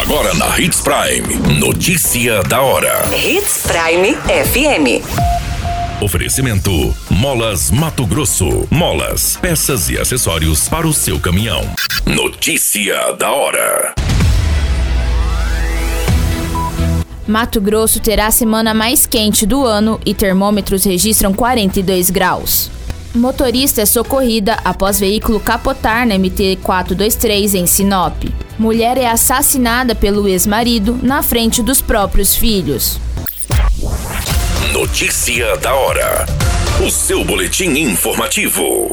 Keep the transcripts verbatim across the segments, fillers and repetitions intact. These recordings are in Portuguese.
Agora na Hits Prime. Notícia da hora. Hits Prime F M. Oferecimento: Molas Mato Grosso. Molas, peças e acessórios para o seu caminhão. Notícia da hora. Mato Grosso terá a semana mais quente do ano e termômetros registram quarenta e dois graus. Motorista é socorrida após veículo capotar na M T quatrocentos e vinte e três em Sinop. Mulher é assassinada pelo ex-marido na frente dos próprios filhos. Notícia da hora. O seu boletim informativo.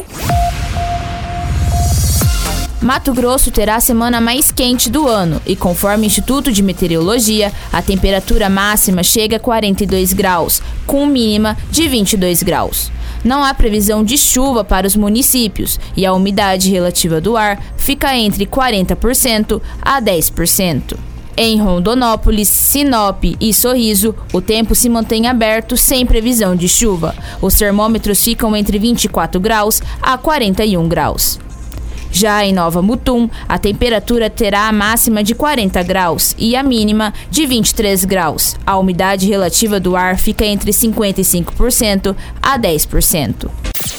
Mato Grosso terá a semana mais quente do ano e, conforme o Instituto de Meteorologia, a temperatura máxima chega a quarenta e dois graus, com mínima de vinte e dois graus. Não há previsão de chuva para os municípios e a umidade relativa do ar fica entre quarenta por cento a dez por cento. Em Rondonópolis, Sinop e Sorriso, o tempo se mantém aberto sem previsão de chuva. Os termômetros ficam entre vinte e quatro graus a quarenta e um graus. Já em Nova Mutum, a temperatura terá a máxima de quarenta graus e a mínima de vinte e três graus. A umidade relativa do ar fica entre cinquenta e cinco por cento a dez por cento.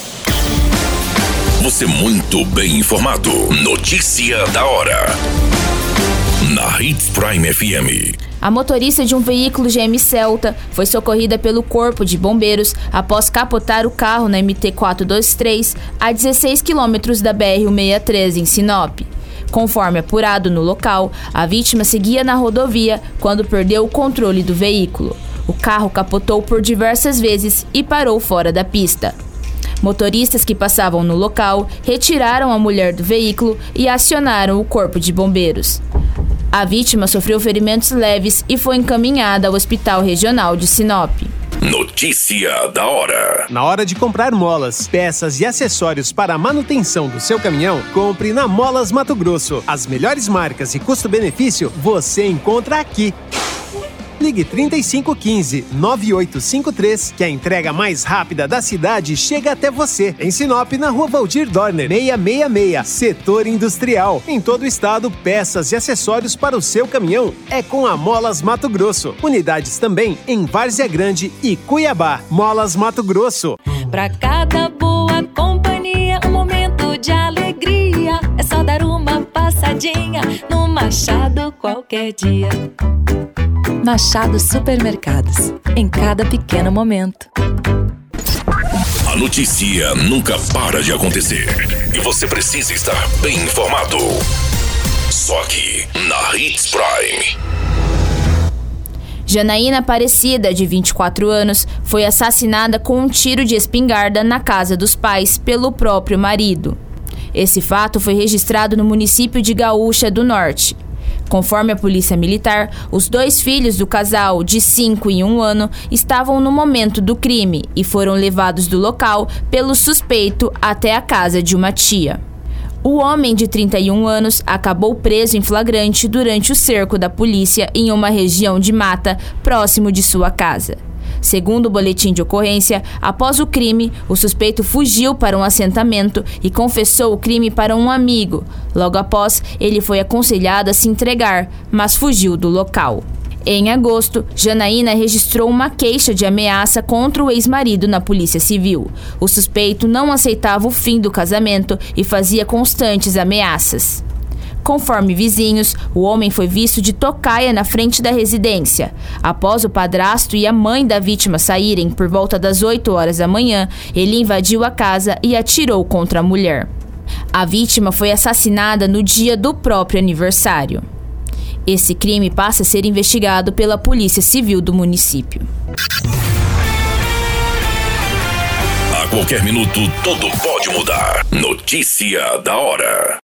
Você muito bem informado. Notícia da hora. Na Hits Prime F M. A motorista de um veículo G M Celta foi socorrida pelo Corpo de Bombeiros após capotar o carro na M T quatrocentos e vinte e três a dezesseis quilômetros da B R cento e sessenta e três em Sinop. Conforme apurado no local, a vítima seguia na rodovia quando perdeu o controle do veículo. O carro capotou por diversas vezes e parou fora da pista. Motoristas que passavam no local retiraram a mulher do veículo e acionaram o Corpo de Bombeiros. A vítima sofreu ferimentos leves e foi encaminhada ao Hospital Regional de Sinop. Notícia da hora. Na hora de comprar molas, peças e acessórios para a manutenção do seu caminhão, compre na Molas Mato Grosso. As melhores marcas e custo-benefício você encontra aqui. Ligue trinta e cinco quinze, nove oito cinco três, que a entrega mais rápida da cidade chega até você. Em Sinop, na Rua Valdir Dorner, seiscentos e sessenta e seis, Setor Industrial. Em todo o estado, peças e acessórios para o seu caminhão é com a Molas Mato Grosso. Unidades também em Várzea Grande e Cuiabá. Molas Mato Grosso. Pra cada boa companhia, um momento de alegria. É só dar uma passadinha no Machado qualquer dia. Machado Supermercados, em cada pequeno momento. A notícia nunca para de acontecer e você precisa estar bem informado. Só aqui na Hits Prime. Janaína Aparecida, de vinte e quatro anos, foi assassinada com um tiro de espingarda na casa dos pais pelo próprio marido. Esse fato foi registrado no município de Gaúcha do Norte. Conforme a polícia militar, os dois filhos do casal, de cinco e um ano, estavam no momento do crime e foram levados do local pelo suspeito até a casa de uma tia. O homem de trinta e um anos acabou preso em flagrante durante o cerco da polícia em uma região de mata próximo de sua casa. Segundo o boletim de ocorrência, após o crime, o suspeito fugiu para um assentamento e confessou o crime para um amigo. Logo após, ele foi aconselhado a se entregar, mas fugiu do local. Em agosto, Janaína registrou uma queixa de ameaça contra o ex-marido na Polícia Civil. O suspeito não aceitava o fim do casamento e fazia constantes ameaças. Conforme vizinhos, o homem foi visto de tocaia na frente da residência. Após o padrasto e a mãe da vítima saírem por volta das oito horas da manhã, ele invadiu a casa e atirou contra a mulher. A vítima foi assassinada no dia do próprio aniversário. Esse crime passa a ser investigado pela Polícia Civil do município. A qualquer minuto, tudo pode mudar. Notícia da hora.